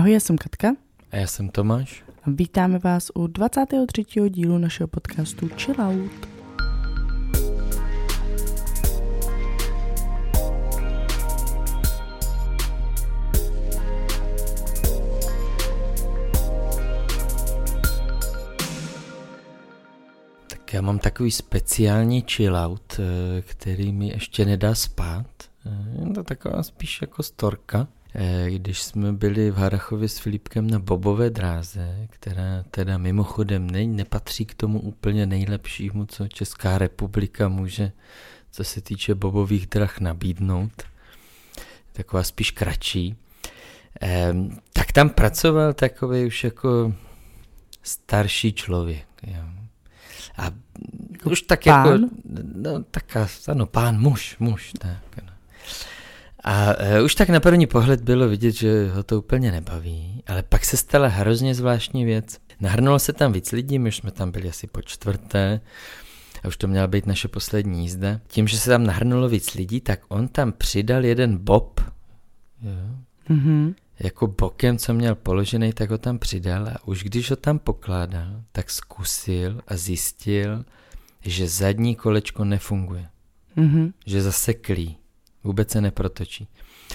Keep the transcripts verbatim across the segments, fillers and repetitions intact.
Ahoj, já jsem Katka. A já jsem Tomáš. Vítáme vás u dvacátého třetího dílu našeho podcastu Chill Out. Tak já mám takový speciální chill out, který mi ještě nedá spát. Je to taková spíš jako storka. Když jsme byli v Harrachově s Filipkem na bobové dráze, která teda mimochodem ne, nepatří k tomu úplně nejlepšímu, co Česká republika může, co se týče bobových drah, nabídnout. Taková spíš kratší. Tak tam pracoval takový už jako starší člověk. Jo. A už tak pán? jako, no tak ano, pán, muž, muž, tak no. A uh, už tak na první pohled bylo vidět, že ho to úplně nebaví, ale pak se stala hrozně zvláštní věc. Nahrnulo se tam víc lidí, my už jsme tam byli asi po čtvrté a už to měla být naše poslední jízda. Tím, že se tam nahrnulo víc lidí, tak on tam přidal jeden bob, jo, Mm-hmm. jako bokem, co měl položený, tak ho tam přidal a už když ho tam pokládal, tak zkusil a zjistil, že zadní kolečko nefunguje, Mm-hmm. že zaseklý. Vůbec se neprotočí.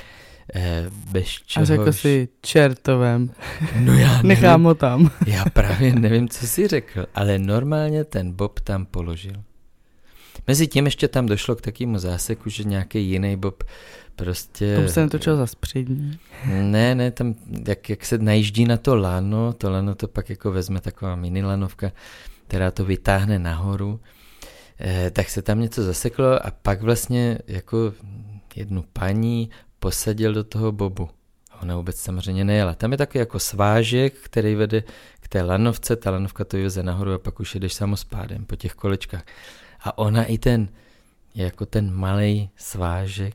Eh, bez čehož... A řekl si čertovém. No já Nechám ho tam. Já právě nevím, co jsi řekl, ale normálně ten bob tam položil. Mezi tím ještě tam došlo k takému záseku, že nějaký jiný bob prostě... Tomu se netočil za přední. Ne, ne, tam jak, jak se najíždí na to lano, to lano to pak jako vezme taková mini lanovka, která to vytáhne nahoru, eh, tak se tam něco zaseklo a pak vlastně jako jednu paní posadil do toho bobu. Ona vůbec samozřejmě nejela. Tam je takový jako svážek, který vede k té lanovce, ta lanovka to veze nahoru a pak už jedeš samospádem po těch kolečkách. A ona i ten, jako ten malej svážek,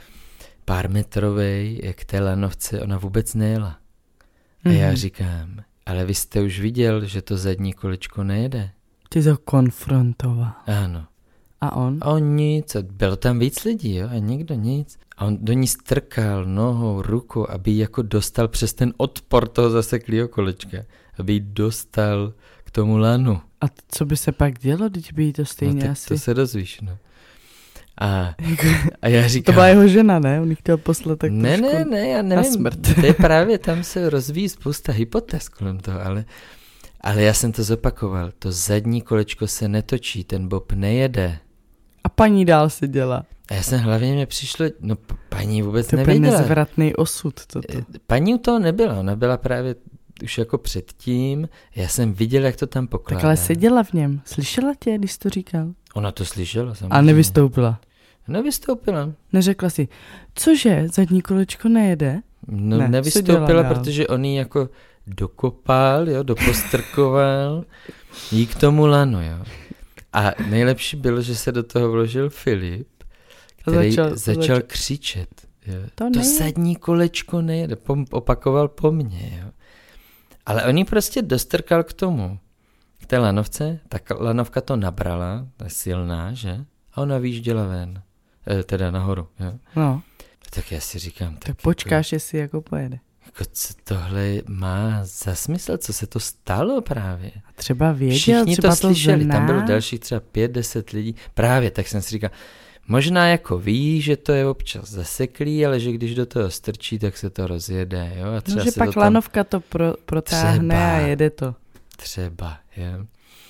pár metrovej, jak té lanovce, ona vůbec nejela. A já říkám, ale vy jste už viděl, že to zadní kolečko nejede. Ty to konfrontoval. Ano. A on? A on nic, a bylo tam víc lidí, jo, a nikdo nic. A on do ní strkal nohou, rukou, aby ji jako dostal přes ten odpor toho zaseklého kolečka, aby ji dostal k tomu lanu. A co by se pak dělo, když by jí to stejně no, tak asi... to se dozvíš, no. A, a já říkám... To byla jeho žena, ne? On jí chtěl poslat tak Ne, trošku ne, ne, já nevím. na smrt. To je právě, tam se rozvíjí spousta hypotéz kolem toho, ale, ale já jsem to zopakoval. To zadní kolečko se netočí, ten bob nejede. A paní dál se dělá. A já jsem hlavně mě přišlo, no paní vůbec to nevěděla. To je nezvratný osud toto. Paní u toho nebyla, ona byla právě už jako předtím, já jsem viděl, jak to tam pokládá. Tak ale seděla v něm, slyšela tě, když jsi to říkal? Ona to slyšela samozřejmě. A nevystoupila? Nevystoupila. Neřekla si, cože, zadní kolečko nejede? No ne, nevystoupila, protože on ji jako dokopal, jo, dopostrkoval jí k tomu lanu, jo. A nejlepší bylo, že se do toho vložil Filip, který začal, začal, začal křičet. Jo. To, to zadní kolečko nejede, pom, opakoval po mně. Jo. Ale on ji prostě dostrkal k tomu, k té lanovce, tak lanovka to nabrala, ta je silná, že? A ona výjížděla ven, e, teda nahoru. Jo. No. Tak já si říkám... Tak, tak počkáš, jako, jestli jako pojede. Jako co tohle má za smysl, co se to stalo právě? A třeba věděl, všichni třeba to slyšeli, to tam bylo dalších třeba pět, deset lidí. Právě, tak jsem si říkal, možná jako ví, že to je občas zaseklý, ale že když do toho strčí, tak se to rozjede. Jo? A třeba no, že se pak to tam... lanovka to pro, protáhne třeba, a jede to. Třeba, jo.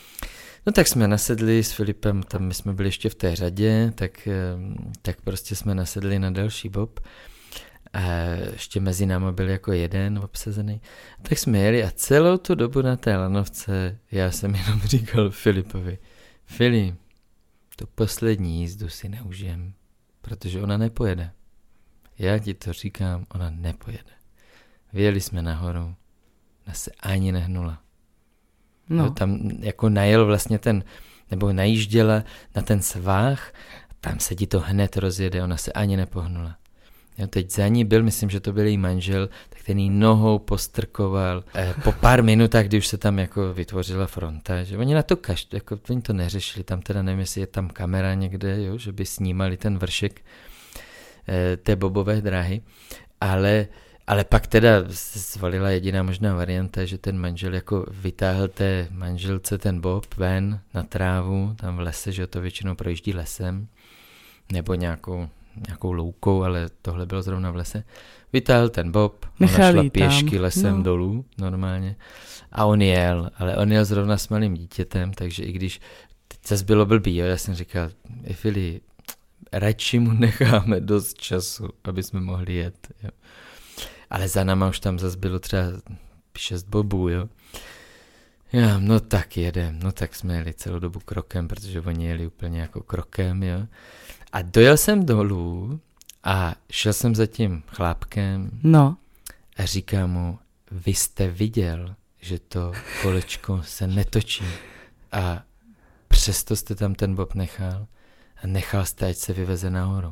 No tak jsme nasedli s Filipem, tam my jsme byli ještě v té řadě, tak, tak prostě jsme nasedli na další bob. A ještě mezi námi byl jako jeden obsazený. Tak jsme jeli a celou tu dobu na té lanovce já jsem jenom říkal Filipovi, Filip, tu poslední jízdu si neužijem, protože ona nepojede. Já ti to říkám, ona nepojede. Vyjeli jsme nahoru, ona se ani nehnula. No. Jo, tam jako najel vlastně ten, nebo najížděla na ten svách, tam se ti to hned rozjede, ona se ani nepohnula. Jo, teď za ní byl, myslím, že to byl její manžel, tak ten jí nohou postrkoval. E, po pár minutách, kdy už se tam jako vytvořila fronta, že oni na to kašť, jako oni to neřešili, tam teda nevím, jestli je tam kamera někde, jo, že by snímali ten vršek e, té bobové dráhy, ale Ale pak teda zvolila jediná možná varianta, že ten manžel jako vytáhl té manželce ten bob ven na trávu, tam v lese, že to většinou projíždí lesem, nebo nějakou, nějakou loukou, ale tohle bylo zrovna v lese. Vytáhl ten bob, ona šla pěšky lesem no. dolů normálně a on jel, ale on jel zrovna s malým dítětem, takže i když zase bylo blbý, jo, já jsem říkal, Fili, radši mu necháme dost času, aby jsme mohli jet, jo. Ale za náma už tam zase bylo třeba šest bobů, jo. Já, no tak jedem, no tak jsme jeli celou dobu krokem, protože oni jeli úplně jako krokem, jo. A dojel jsem dolů a šel jsem za tím chlápkem no. a říkám mu, vy jste viděl, že to kolečko se netočí a přesto jste tam ten bob nechal a nechal jste, ať se vyveze nahoru.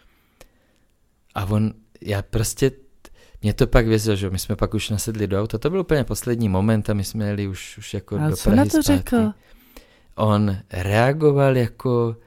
A on, já prostě, mě to pak vězil, že my jsme pak už nasedli do auta, to byl úplně poslední moment a my jsme jeli už, už jako a do co Prahy na to zpátky. řekl? On reagoval jako...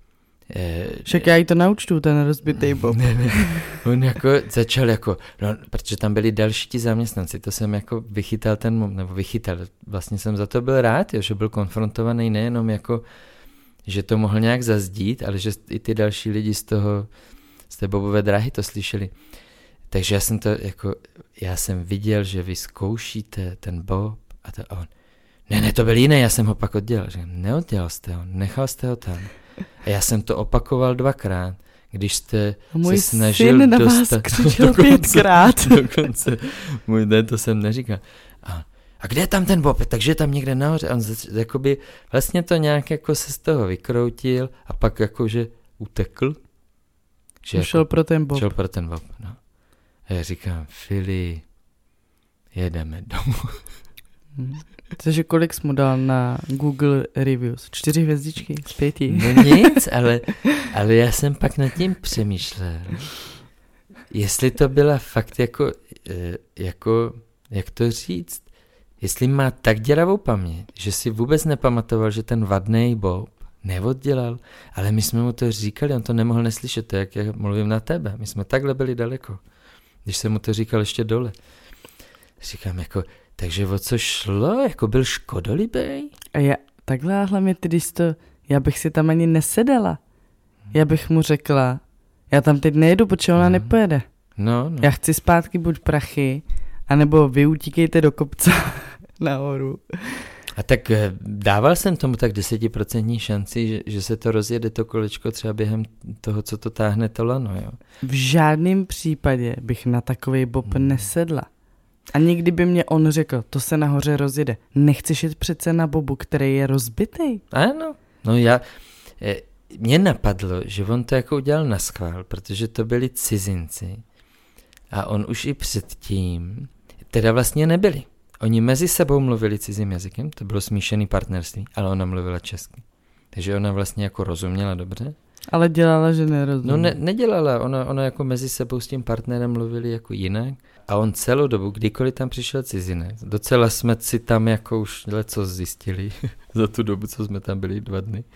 Eh, Však já jí to naučtu, ten rozbitej bob. Ne, ne. On jako začal jako, no, protože tam byli další ti zaměstnanci, to jsem jako vychytal ten moment, nebo vychytal, vlastně jsem za to byl rád, jo, že byl konfrontovaný nejenom jako, že to mohl nějak zazdít, ale že i ty další lidi z toho, z té bobové dráhy to slyšeli. Takže já jsem to jako, já jsem viděl, že vy zkoušíte ten bob a to on, ne, ne, to byl jiný, já jsem ho pak oddělal. Říkám, neoddělal jste ho, nechal jste ho tam. A já jsem to opakoval dvakrát, když jste můj se snažil dostat... Můj syn na vás křičel pětkrát. Dokonce, můj den, to jsem neříkal. A, a kde je tam ten bob? Takže je tam někde nahoře. A on zač, jakoby, vlastně to nějak jako se z toho vykroutil a pak jakože utekl. Že šel jako, pro ten bob. Šel pro ten bob, no. A já říkám, Fili, jedeme domů. Hmm. Takže kolik jsi mu dal na Google Reviews? Čtyři hvězdičky z pěti? No nic, ale, ale já jsem pak nad tím přemýšlel. Jestli to byla fakt jako, jako, jak to říct, jestli má tak děravou paměť, že si vůbec nepamatoval, že ten vadnej bob neoddělal, ale my jsme mu to říkali, on to nemohl neslyšet, to jak já mluvím na tebe. My jsme takhle byli daleko, když jsem mu to říkal ještě dole. Říkám jako, takže o co šlo? Jako byl škodolibej? A já, takhle hlavně ty, když to, já bych si tam ani nesedala. Já bych mu řekla, já tam teď nejedu, protože ona no. nepojede. No, no. Já chci zpátky buď prachy, anebo vy utíkejte do kopce nahoru. A tak dával jsem tomu tak desetiprocentní šanci, že, že se to rozjede to kolečko třeba během toho, co to táhne to lano, jo? V žádném případě bych na takovej bob hmm. nesedla. A někdy by mě on řekl, to se nahoře rozjede. Nechceš jít přece na bobu, který je rozbitej? Ano, no já, mě napadlo, že on to jako udělal naschvál, protože to byli cizinci. A on už i předtím, teda vlastně nebyli. Oni mezi sebou mluvili cizím jazykem, to bylo smíšený partnerství, ale ona mluvila česky. Takže ona vlastně jako rozuměla dobře. Ale dělala, že nerozumí. No ne, nedělala, ona, ona jako mezi sebou s tím partnerem mluvili jako jinak. A on celou dobu, kdykoliv tam přišel cizinec, docela jsme si tam jako už leco zjistili za tu dobu, co jsme tam byli dva dny,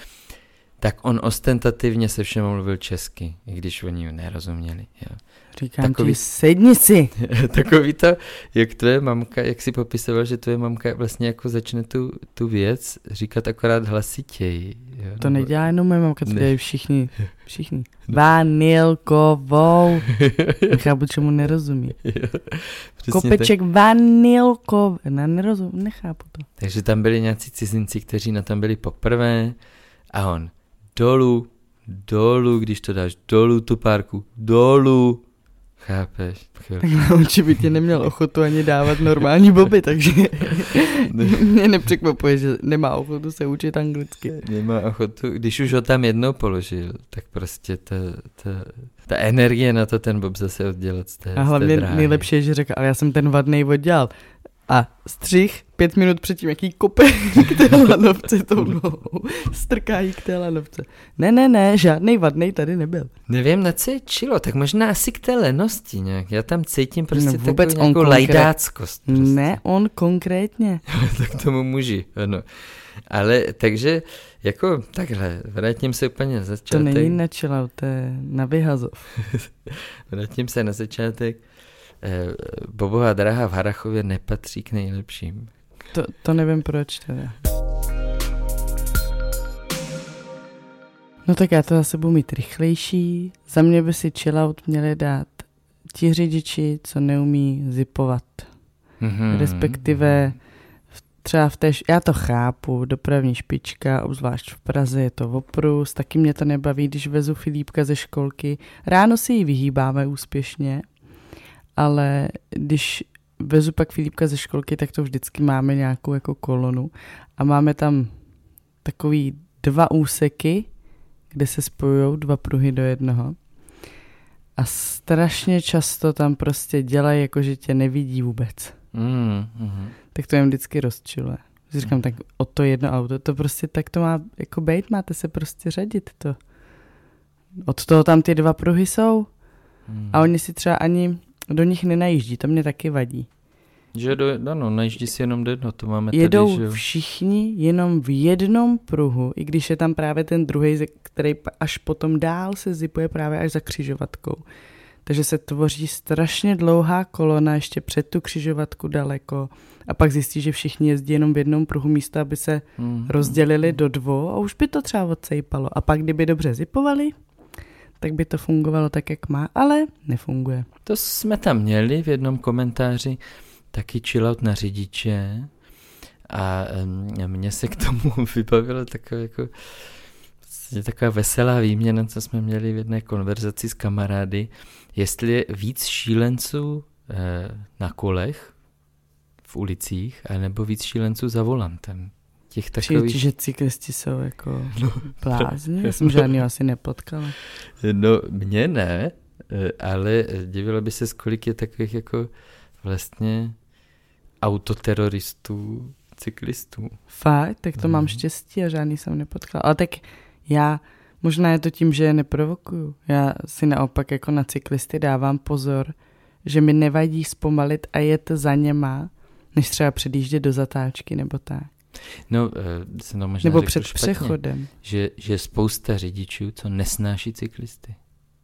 tak on ostentativně se všem mluvil česky, i když oni nerozuměli. Jo. Říkám takový, ti, sedni si. Takový to, jak tvoje mamka, jak si popisoval, že tvoje mamka vlastně jako začne tu, tu věc říkat akorát hlasitěji. Jo, to nebo... nedělá jenom moje mamka, to dělají všichni. Všichni. Vanilkovou. Nechápu, čemu nerozumí. Jo, Kopeček tak... vanilkov. Ne, nerozumím, nechápu to. Takže tam byli nějací cizinci, kteří na tam byli poprvé a on dolů, dolů, když to dáš, dolů tu párku, dolů. Chápeš? Tak určitě tě neměl ochotu ani dávat normální boby, takže ne. Mě nepřekvapuje, že nemá ochotu se učit anglicky. Nemá ochotu, když už ho tam jednou položil, tak prostě ta, ta, ta energie na to ten bob zase oddělat z té A hlavně nejlepší je, že řekl, ale já jsem ten vadnej oddělal. A střih pět minut předtím, jaký kope k té lanovce tou nohou. Strká jí k té lanovce. Ne, ne, ne, žádnej vadnej tady nebyl. Nevím, na co je čilo, tak možná asi k té lenosti nějak. Já tam cítím prostě no, takovou nějakou konkrét... lajdáckost. Prostě. Ne, on konkrétně. Tak tomu muži, ano. Ale takže, jako takhle, vrátím se úplně na začátek. To není na chillout, to je na vyhazov. Vrátím se na začátek. bobová dráha v Harrachově nepatří k nejlepším. To, to nevím proč teda. No tak já to zase budu mít rychlejší. Za mě by si chillout měli dát ti řidiči, co neumí zipovat. Mm-hmm. Respektive třeba v té, já to chápu, dopravní špička, obzvlášť v Praze je to oprus, taky mě to nebaví, když vezu Filipka ze školky. Ráno si ji vyhýbáme úspěšně, ale když vezu pak Filipka ze školky, tak to vždycky máme nějakou jako kolonu a máme tam takový dva úseky, kde se spojují dva pruhy do jednoho. A strašně často tam prostě dělají, jako že tě nevidí vůbec. Mm, mm. Tak to jim vždycky rozčiluje. Říkám, tak o to jedno auto, to prostě tak to má jako bejt, máte se prostě řadit to. Od toho tam ty dva pruhy jsou mm. a oni si třeba ani do nich nenajíždí, to mě taky vadí. Že do, ano, najíždí si jenom do jedno, to máme jedou tady, že všichni jenom v jednom pruhu, i když je tam právě ten druhý, který až potom dál se zipuje právě až za křižovatkou. Takže se tvoří strašně dlouhá kolona ještě před tu křižovatku daleko a pak zjistí, že všichni jezdí jenom v jednom pruhu místo, aby se hmm. rozdělili do dvou a už by to třeba odsejpalo. A pak, kdyby dobře zipovali, tak by to fungovalo tak, jak má, ale nefunguje. To jsme tam měli v jednom komentáři, taky chillout na řidiče a mně se k tomu vybavilo takové jako taková veselá výměna, co jsme měli v jedné konverzaci s kamarády, jestli je víc šílenců eh, na kolech v ulicích, anebo víc šílenců za volantem. Těch takových... Či, že cyklisti jsou jako no, blázni? Já jsem žádný asi nepotkala. No, mě ne, ale divilo by se, kolik je takových jako vlastně autoteroristů, cyklistů. Fakt? Tak to mm. mám štěstí a žádný jsem nepotkala. Ale tak já, možná je to tím, že je neprovokuju. Já si naopak jako na cyklisty dávám pozor, že mi nevadí zpomalit a jet za něma, než třeba předjíždět do zatáčky nebo tak. No, se to možná nebo před špatně, přechodem. Že, že spousta řidičů, co nesnáší cyklisty.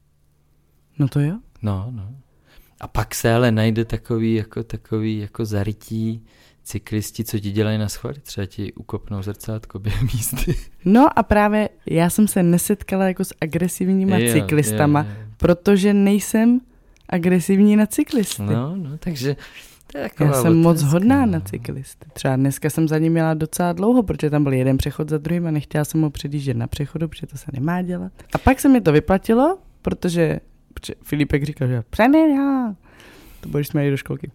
No to jo. No, no. A pak se ale najde takový jako, takový jako zarytí cyklisti, co ti dělají na schvály. Třeba ti ukopnou zrcátko během jízdy. No a právě já jsem se nesetkala jako s agresivníma jo, cyklistama, jo, jo. protože nejsem agresivní na cyklisty. No, no, takže to je já jsem otázka. Moc hodná na cyklisty. Třeba dneska jsem za ním měla docela dlouho, protože tam byl jeden přechod za druhým a nechtěla jsem ho předjíždět na přechodu, protože to se nemá dělat. A pak se mi to vyplatilo, protože Filipek říkal, že předjížděl. To bylo, když jsme jeli do školky.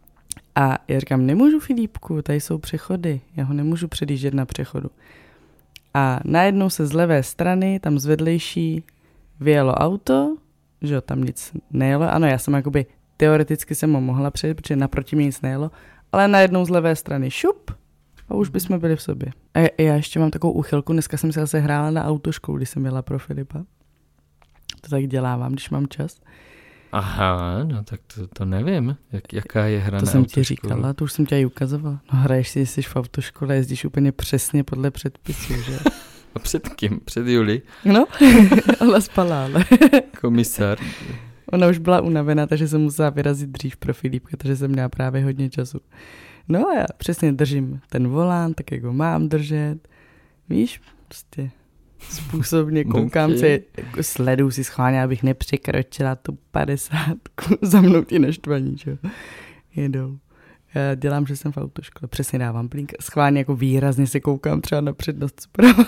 A já říkám, nemůžu Filipku, tady jsou přechody, já ho nemůžu předjíždět na přechodu. A najednou se z levé strany, tam z vedlejší, vyjelo auto, že jo, tam nic nejelo. Ano, já jsem jakoby, teoreticky jsem ho mohla přejít, protože naproti mě nic nejelo, ale najednou z levé strany šup a už bychom byli v sobě. A já ještě mám takovou úchylku, dneska jsem se zase hrála na autoškolu, když jsem jela pro Filipa. To tak dělávám, když mám čas. Aha, no tak to, to nevím, jak, jaká je hra to na jsem autoškolu. Ti říkala, to už jsem tě i ukazovala. No hraješ si, jsi v autoškole, jezdíš úplně přesně podle předpisů, že? A před kým? Před Juli? No, ona spala, ale. Komisár. Ona už byla unavená, takže jsem musela vyrazit dřív pro Filipka, protože jsem měla právě hodně času. No a já přesně držím ten volán, tak jak ho mám držet. Víš, prostě způsobně koukám okay. se, jako sleduju si schválně, abych nepřekročila tu padesátku, za mnou ti naštvaní, čo? Jedou. Já dělám, že jsem v autoškole, přesně dávám blink, schválně jako výrazně se koukám třeba na přednost zprava.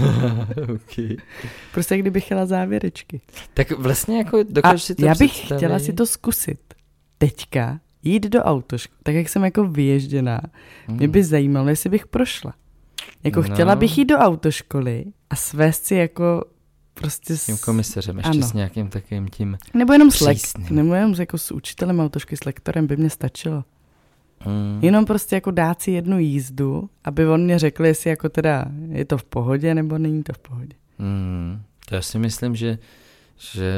Okay. Prostě kdybych chtěla závěrečky. Tak vlastně jako dokážu si to já bych představit. Chtěla si to zkusit. Teďka jít do autoškoly, tak jak jsem jako vyježděná, hmm. mě by zajímalo, jestli bych prošla. Jako no. Chtěla bych jít do autoškoly a svést si jako prostě s... tím komisařem, ještě ano. s nějakým takovým tím nebo jenom s, lek... nebo jenom jako s učitelem autošky, s lektorem by mě stačilo. Hmm. Jenom prostě jako dát si jednu jízdu, aby on mě řekl, jestli jako teda je to v pohodě, nebo není to v pohodě. Hmm. To já si myslím, že že...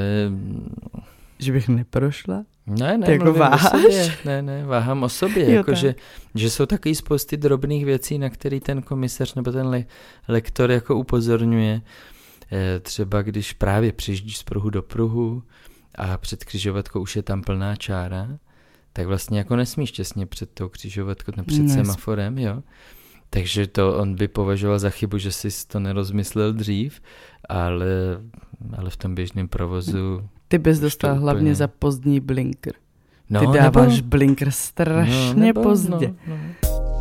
že bych neprošla? Ne, ne, jako váháš? Ne, ne, váhám o sobě. Jo, jako že, že jsou takový spousty drobných věcí, na který ten komisař nebo ten le- lektor jako upozorňuje. E, třeba když právě přijíždíš z pruhu do pruhu a před křižovatkou už je tam plná čára, tak vlastně jako nesmíš těsně před tou křižovatkou, před Nes. semaforem, jo. Takže to on by považoval za chybu, že jsi to nerozmyslel dřív, ale, ale v tom běžném provozu... Ty bys dostal úplně... hlavně za pozdní blinker. No, Ty dáváš nebo... blinker strašně no, nebo, pozdě. No, no.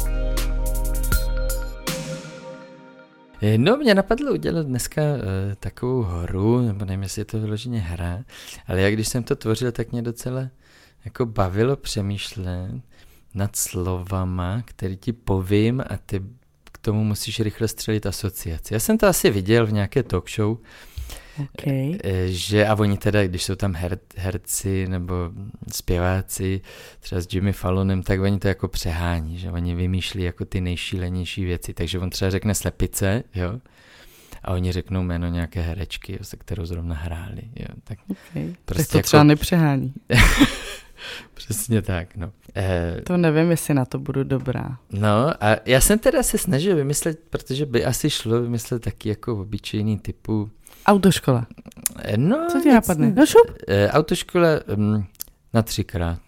No, mě napadlo udělat dneska uh, takovou hru, nebo nevím, jestli je to vyloženě hra, ale já když jsem to tvořil, tak mě docela jako bavilo přemýšlet nad slovama, který ti povím a ty k tomu musíš rychle střelit asociaci. Já jsem to asi viděl v nějaké talk show, okay. že a oni teda, když jsou tam her, herci nebo zpěváci, třeba s Jimmy Fallonem, tak oni to jako přehání, že oni vymýšlí jako ty nejšílenější věci, takže on třeba řekne slepice, jo, a oni řeknou jméno nějaké herečky, jo, se kterou zrovna hráli, jo, tak okay. prostě tak to jako... třeba nepřehání. Přesně tak, no. Eh, to nevím, jestli na to budu dobrá. No a já jsem teda se snažil vymyslet, protože by asi šlo vymyslet taky jako obyčejný typu... Autoškola. No, co ti napadne? No šup. Eh, autoškola um, na třikrát.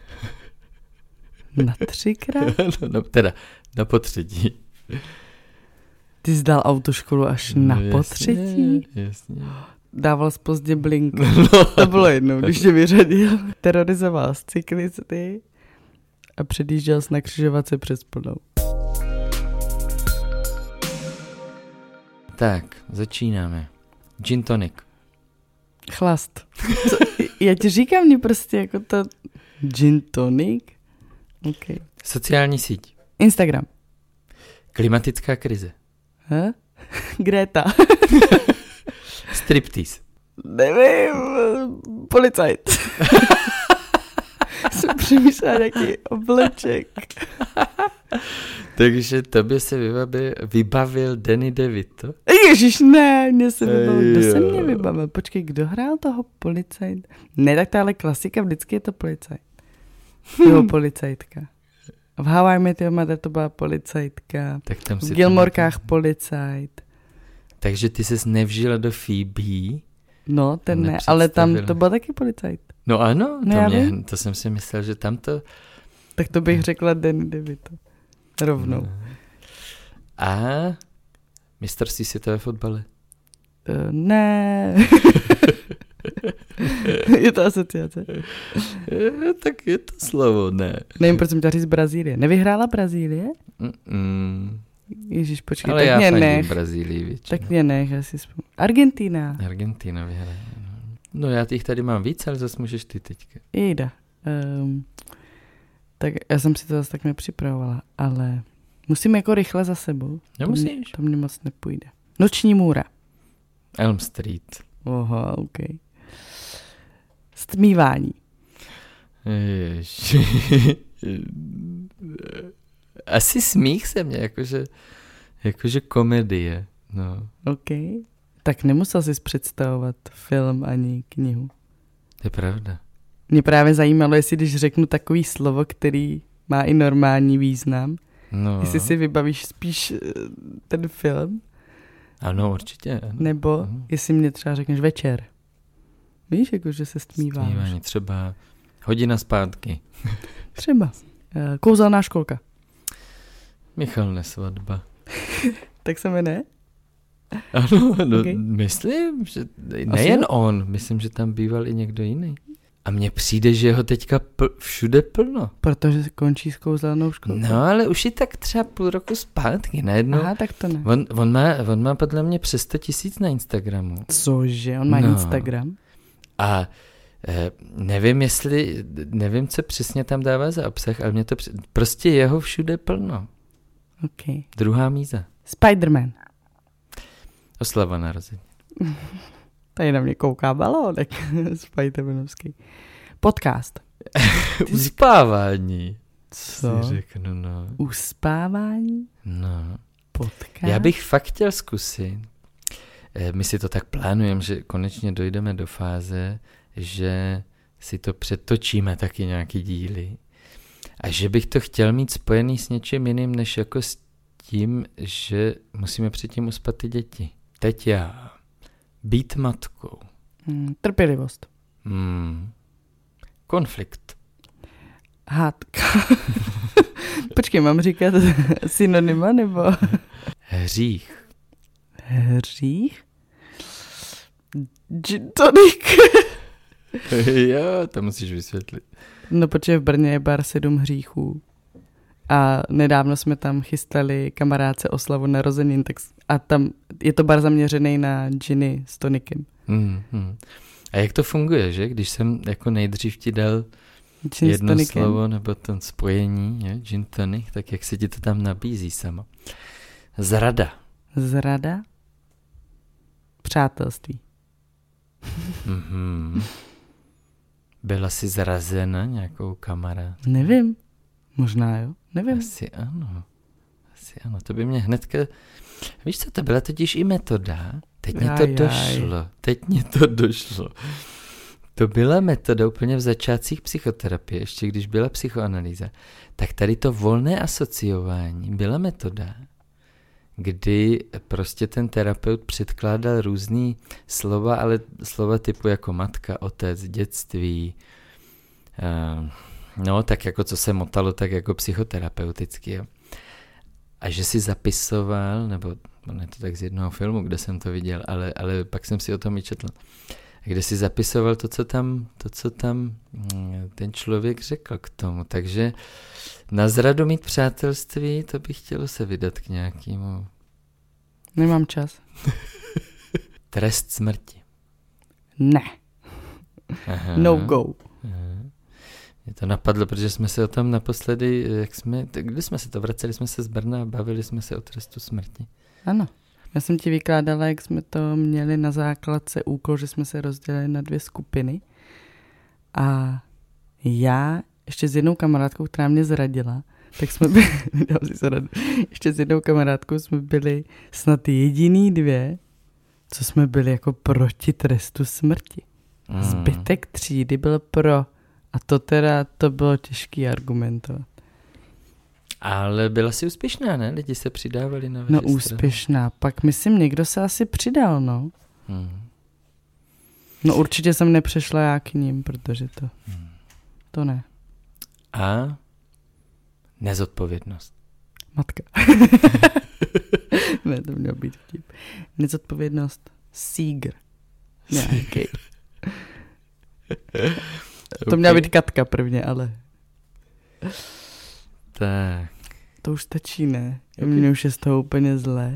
Na třikrát? no, no, teda na potřetí. Ty jsi dal autoškolu až no, na jasně, potřetí? Jasně. Dával jsi pozdě blink. No. To bylo jednou, když tě vyřadil. Terorizoval z cyklisty a předjížděl jsi na křižovatce přes plnou. Tak, začínáme. Gin tonic. Chlast. Co, já ti říkám, mě prostě jako to gin tonic. Okay. Sociální síť. Instagram. Klimatická krize. Ha? Greta. Striptease. Nevím, policajt. Jsem přemýšlela nějaký obleček. Takže tobě se vybavil, vybavil Danny DeVito. Ježiš, ne, mě se vybavil. Kdo se mě vybavil? Počkej, kdo hrál toho policajt? Ne, tak to ale klasika, vždycky je to policajt. Nebo policajtka. V How I Met Your Mother to byla policajtka. Tak tam v Gilmorkách policajt. Takže ty ses nevžila do Phoebe? No, ten ne, ale tam to byl taky policajt. No ano, to, no, mě, to jsem si myslel, že tam to... Tak to bych řekla Danny DeVito. Rovnou. No. A mistrovství světové fotbale? Uh, ne. Je to asociace. Je, tak je to slovo, ne. Nevím, proč jsem chtěla říct Brazílie. Nevyhrála Brazílie? Mm-mm. Ježíš, počkej, ale tak mě nech. Ale já fandím Brazílii většinou. Tak mě nech, já si vzpomínám. Argentina. Argentina vyhraje. No já těch tady mám víc, ale zase můžeš ty teďka. Jejda. Um, tak já jsem si to zase tak nepřipravovala, ale musím jako rychle za sebou. No to musíš. Mě, to mě moc nepůjde. Noční můra. Elm Street. Oha, ok. Stmívání. Ježi. Asi smích se mě, jakože, jakože komedie. No. Ok. Tak nemusel jsi představovat film ani knihu. To je pravda. Mě právě zajímalo, jestli když řeknu takový slovo, který má i normální význam, no. jestli si vybavíš spíš ten film. Ano, určitě. Nebo uh-huh. jestli mě třeba řekneš večer. Víš, jako, že se stmíváš. Stmívání, třeba hodina zpátky. Třeba. Kouzelná školka. Michal Nesvadba. Tak se jmenuje? Ano, no, okay. Myslím, že nejen on, myslím, že tam býval i někdo jiný. A mně přijde, že ho teďka pl- všude plno. Protože končí s kouzelnou školkou. No, ale už je tak třeba půl roku zpátky najednou. Aha, tak to ne. On, on, má, on má podle mě přes sto tisíc na Instagramu. Cože? On má no. Instagram? A eh, nevím, jestli, nevím, co přesně tam dává za obsah, ale mě to při... prostě jeho všude plno. Okay. Druhá míza. Spiderman. Oslava narození. Tady na mě kouká balónek. Spidermanovský. Podcast. Uspávání. Co? Si řeknu, no. Uspávání? No. Podcast? Já bych fakt chtěl zkusit. My si to tak plánujeme, že konečně dojdeme do fáze, že si to přetočíme taky nějaký díly. A že bych to chtěl mít spojený s něčím jiným, než jako s tím, že musíme předtím uspat ty děti. Teď já. Být matkou. Hmm, trpělivost. Hmm. Konflikt. Hádka. Počkej, mám říkat synonyma, nebo? Hřích. Hřích? Gin tonic. Jo, to musíš vysvětlit. No, protože v Brně je bar Sedm hříchů. A nedávno jsme tam chystali kamarádce oslavu narozenin, tak a tam je to bar zaměřený na džiny s tonikem. Hmm, hmm. A jak to funguje, že? Když jsem jako nejdřív ti dal gin jedno slovo nebo to spojení, je? Gin tonic, tak jak se ti to tam nabízí sama? Zrada. Zrada? Přátelství. Mm-hmm. Byla jsi zrazena nějakou kamarád? Nevím. Možná jo, nevím. Asi ano. Asi ano, to by mě hnedka... Víš co, to byla totiž i metoda. Teď mě to Aj, došlo. aj. Teď mě to došlo. To byla metoda úplně v začátcích psychoterapie, ještě když byla psychoanalýza. Tak tady to volné asociování byla metoda, kdy prostě ten terapeut předkládal různý slova, ale slova typu jako matka, otec, dětství, uh, no tak jako co se motalo, tak jako psychoterapeuticky. Jo. A že si zapisoval, nebo ne to tak z jednoho filmu, kde jsem to viděl, ale, ale pak jsem si o tom i četl, kde si zapisoval to, co tam, to, co tam ten člověk řekl k tomu. Takže na zradu mít přátelství, to by chtělo se vydat k nějakému... Nemám čas. Trest smrti. Ne. Aha. No go. Aha. Mě to napadlo, protože jsme se o tom naposledy, jak jsme, kdy jsme se to vraceli, jsme se z Brna a bavili jsme se o trestu smrti. Ano. Já jsem ti vykládala, jak jsme to měli na základce úkol, že jsme se rozdělili na dvě skupiny. A já ještě s jednou kamarádkou, která mě zradila, tak jsme byli, si se radu, ještě s jednou kamarádkou jsme byli snad jediný dvě, co jsme byli jako proti trestu smrti. Mm. Zbytek třídy byl pro. A to teda, to bylo těžký argumentovat. Ale byla jsi úspěšná, ne? Lidi se přidávali na vaši No stranu. úspěšná. Pak myslím, někdo se asi přidal, no. Hmm. No určitě jsem nepřešla já k ním, protože to, Hmm. to ne. A nezodpovědnost. Matka. Ne, to mělo být vtip. Nezodpovědnost. Sígr. Nějaký. To Okay. měla být Katka prvně, ale Tak. to už stačí, ne? Okay. Mně už je z toho úplně zlé.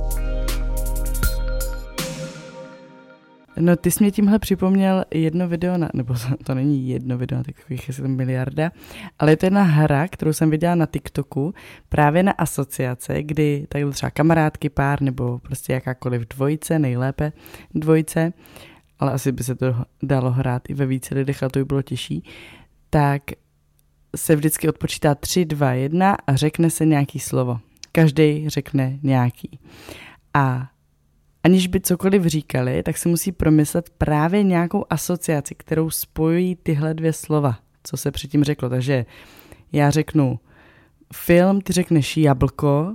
No ty jsi mě tímhle připomněl jedno video, na, nebo to není jedno video, takových je tam miliarda, ale je to jedna hra, kterou jsem viděla na TikToku, právě na asociace, kdy takhle třeba kamarádky, pár, nebo prostě jakákoliv dvojice, nejlépe dvojice, ale asi by se to dalo hrát i ve více lidech, ale to by bylo těžší, tak se vždycky odpočítá tři, dva, jedna a řekne se nějaký slovo. Každý řekne nějaký. A aniž by cokoliv říkali, tak si musí promyslet právě nějakou asociaci, kterou spojují tyhle dvě slova, co se předtím řeklo. Takže já řeknu film, ty řekneš jablko.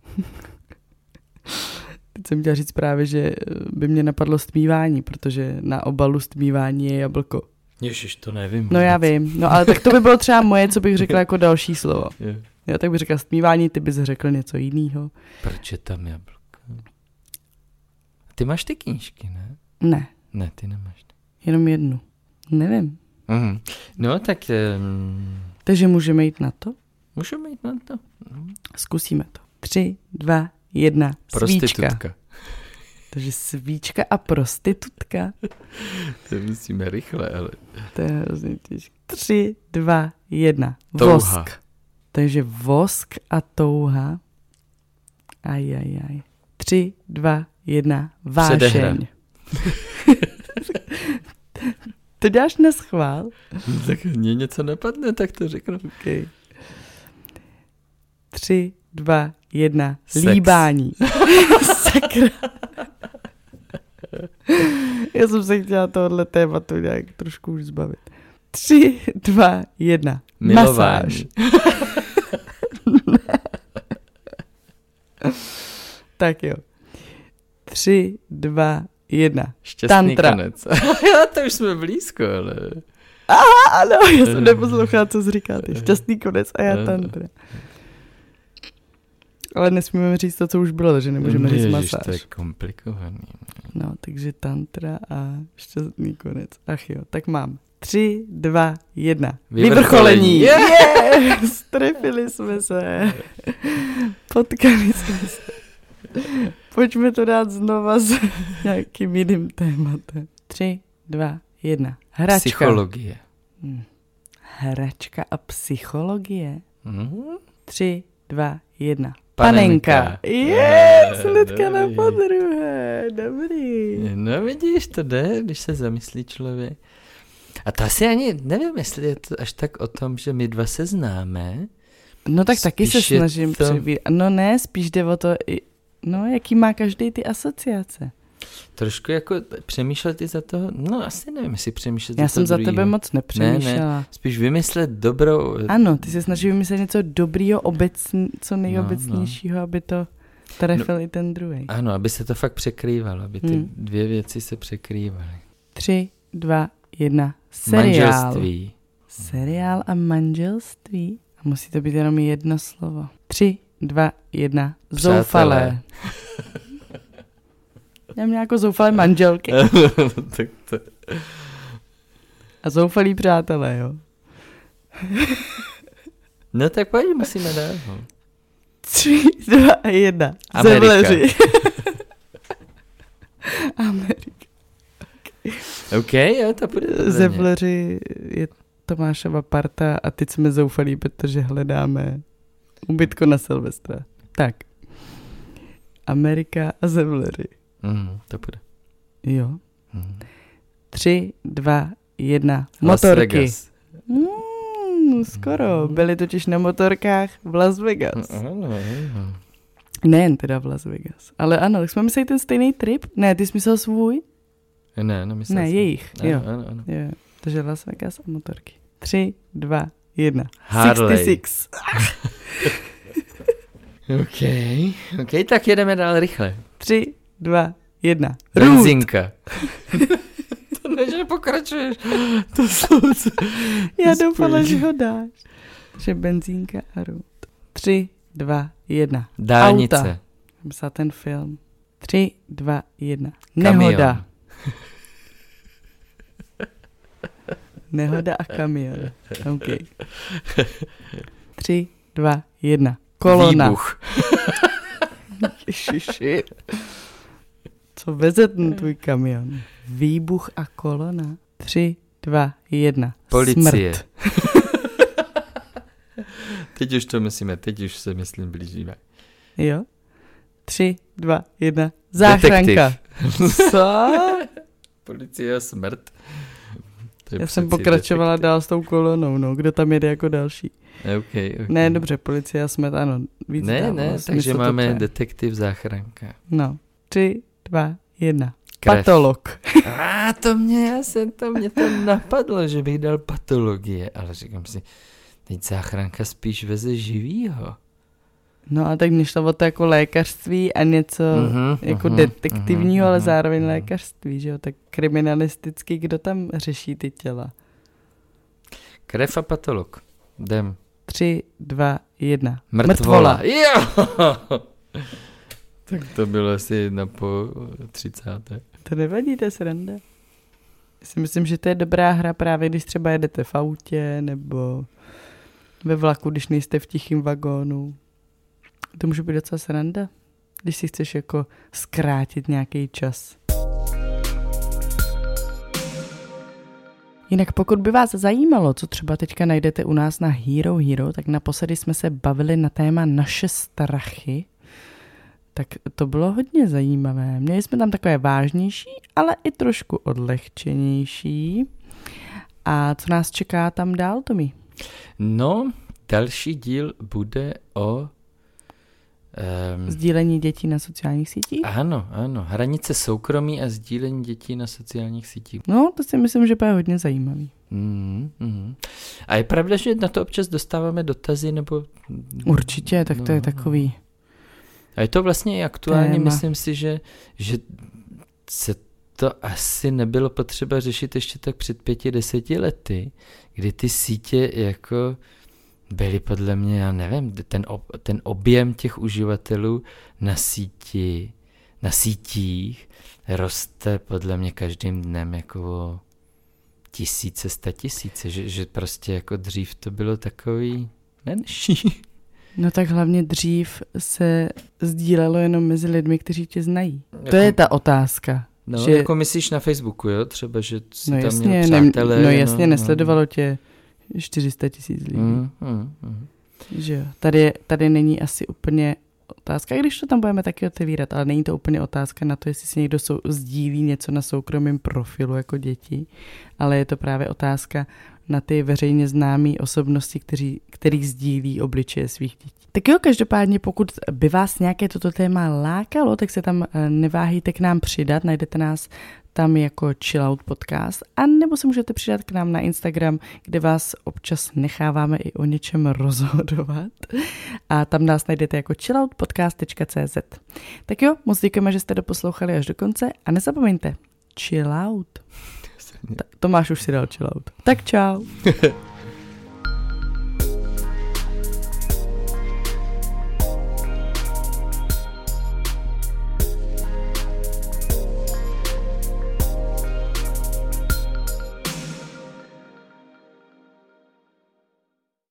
Teď jsem chtěla říct právě, že by mě napadlo stmívání, protože na obalu stmívání je jablko. Ježiš, to nevím. No já vím, no ale tak to by bylo třeba moje, co bych řekla jako další slovo. Je. Já tak bych řekla stmívání, ty bys řekl něco jiného. Proč je tam jablko? Ty máš ty knížky, ne? Ne, Ne, ty nemáš. jenom jednu. Nevím. Mhm. No tak um, Takže můžeme jít na to? můžeme jít na to. Mhm. Zkusíme to. Tři, dva, jedna. Svíčka. Prostitutka. Takže svíčka a prostitutka. To musíme rychle, ale... To je hrozně těžké. Tři, dva, jedna. Touha. Vosk. Takže vosk a touha. Aj, aj, aj. Tři, dva, jedna. Předehra. Vášeň. To děláš na schvál? Tak mě něco napadne, tak to řeknu. Okay. Tři, dva, jedna. Sex. Líbání. Sakra. Já jsem se chtěla tohohle tématu nějak trošku už zbavit. Tři, dva, jedna. Milování. Masáž. Tak jo. Tři, dva, jedna. Šťastný Tantra. konec. Jo, to už jsme blízko, ale... Aha, ano, já jsem neposlouchala, co jsi říká, ty šťastný konec a já tantra. Ale nesmíme říct to, co už bylo, takže nemůžeme říct masáž. To je komplikovaný. No, takže tantra a šťastný konec. Ach jo, tak mám. Tři, dva, jedna. Vyvrcholení. Yeah! Strefili jsme se. Potkali jsme se. Pojďme to dát znova s nějakým jiným tématem. Tři, dva, jedna. Hračka. Psychologie. Hmm. Hračka a psychologie. Mm-hmm. Tři, dva, jedna. Panenka. Panenka. Yes, hnedka na podruhé. Dobrý. No vidíš, to jde, když se zamyslí člověk. A to asi ani, nevím, jestli je to až tak o tom, že my dva se známe. No tak taky se snažím to... přebírat. No ne, spíš jde o to, no jaký má každý ty asociace. Trošku jako přemýšlet i za toho, no asi nevím, jestli přemýšlet Já za jsem za druhýho. tebe moc nepřemýšlela. Ne, ne, spíš vymyslet dobrou... Ano, ty se snažíš vymyslet něco dobrýho, obecn, co nejobecnějšího, no, no. aby to trefil no, i ten druhý. Ano, aby se to fakt překrývalo, aby ty hmm. dvě věci se překrývaly. Tři, dva, jedna. Seriál. Manželství. Seriál a manželství? A musí to být jenom jedno slovo. Tři, dva, jedna. Zoufalé. Já mám nějakou zoufalé manželky. Tak to... A zoufalí přátelé, jo. No tak pojď, musíme dát. Tři, dva, jedna. Amerika. Zemleři. Amerika. OK, jo, to bude to. Zemleři je Tomášova parta a teď jsme zoufalí, protože hledáme ubytko na Silvestra. Tak. Amerika a Zemleři. Mm, to bude. Jo. Mm. Tři, dva, jedna. Las Motorky. Vegas. Mm, skoro. Byli totiž na motorkách v Las Vegas. Ano, ano. Nejen teda v Las Vegas. Ale ano, tak jsme mysleli ten stejný trip? Ne, ty jsi myslel svůj? Ne, nemyslel Ne, jsem. jejich. Ano, Jo. ano, ano. jo. Takže Las Vegas a motorky. Tři, dva, jedna. Harley. šedesát šest. OK, OK, tak jedeme dál rychle. Tři, dva, jedna. Benzinka. To ne, že pokračuješ. To jsou... Já doufala, že ho dáš. Že benzínka a root. Tři, dva, jedna. Dálnice. Auta. Myslela ten film. Tři, dva, jedna. Kamion. Nehoda. Nehoda a kamion. OK. Tři, dva, jedna. Kolona. Výbuch. Ježiši. Co veze ten tvůj kamion? Výbuch a kolona. Tři, dva, jedna. Policie. Smrt. Teď už to myslíme, teď už se myslím blížíme. Jo? Tři, dva, jedna. Záchranka. Co? Policie a smrt. Já jsem pokračovala detektiv. Dál s tou kolonou, no. Kdo tam jede jako další? Okay, okay. Ne, dobře, policie a smrt, ano. Víc ne, dál, ne, takže máme detektiv záchranka. No. Tři, dva, jedna. Krev. Patolog. A to mě, já jsem to, mě to napadlo, že bych dal patologie, ale říkám si, teď záchranka spíš veze živýho. No a tak mě šlo o to jako lékařství a něco uh-huh, jako uh-huh, detektivního, uh-huh, ale zároveň uh-huh. lékařství, že jo, tak kriminalisticky, kdo tam řeší ty těla? Krev a patolog. Jdem. Tři, dva, jedna. Mrtvola. Jo! Tak to bylo asi jedna po třicáté. To nevadí, to je sranda. Já si myslím, že to je dobrá hra právě, když třeba jedete v autě nebo ve vlaku, když nejste v tichým vagónu. To může být docela sranda, když si chceš jako zkrátit nějaký čas. Jinak pokud by vás zajímalo, co třeba teďka najdete u nás na Hero Hero, tak naposledy jsme se bavili na téma naše strachy. Tak to bylo hodně zajímavé. Měli jsme tam takové vážnější, ale i trošku odlehčenější. A co nás čeká tam dál, Tomi? No, další díl bude o... Um, sdílení dětí na sociálních sítích? Ano, ano. Hranice soukromí a sdílení dětí na sociálních sítích. No, to si myslím, že bude hodně zajímavý. Mm, mm. A je pravda, že na to občas dostáváme dotazy, nebo... Určitě, tak no, to je takový... A je to vlastně i aktuálně, téma. Myslím si, že, že se to asi nebylo potřeba řešit ještě tak před pěti, deseti lety, kdy ty sítě jako byly podle mě, já nevím, ten, ob, ten objem těch uživatelů na síti, na sítích roste podle mě každým dnem jako tisíce, sta tisíce, že, že prostě jako dřív to bylo takový menší. No tak hlavně dřív se sdílelo jenom mezi lidmi, kteří tě znají. Jako, to je ta otázka. No, že, jako myslíš na Facebooku, jo? Třeba, že jsi no tam jasně, měl přátelé. Ne, no jasně, no, nesledovalo tě čtyři sta tisíc lidí. Mm, mm, mm. Že jo. Tady, tady není asi úplně otázka, když to tam budeme taky otevírat, ale není to úplně otázka na to, jestli si někdo sou, sdílí něco na soukromém profilu jako děti, ale je to právě otázka na ty veřejně známé osobnosti, kteří, který sdílí obličeje svých dětí. Tak jo, každopádně, pokud by vás nějaké toto téma lákalo, tak se tam neváhejte k nám přidat, najdete nás tam jako Chill Out Podcast, a nebo se můžete přidat k nám na Instagram, kde vás občas necháváme i o něčem rozhodovat. A tam nás najdete jako chilloutpodcast tečka cé zet. Tak jo, moc děkujeme, že jste doposlouchali až do konce a nezapomeňte, chill out. Tomáš už si dal chill out. Tak čau.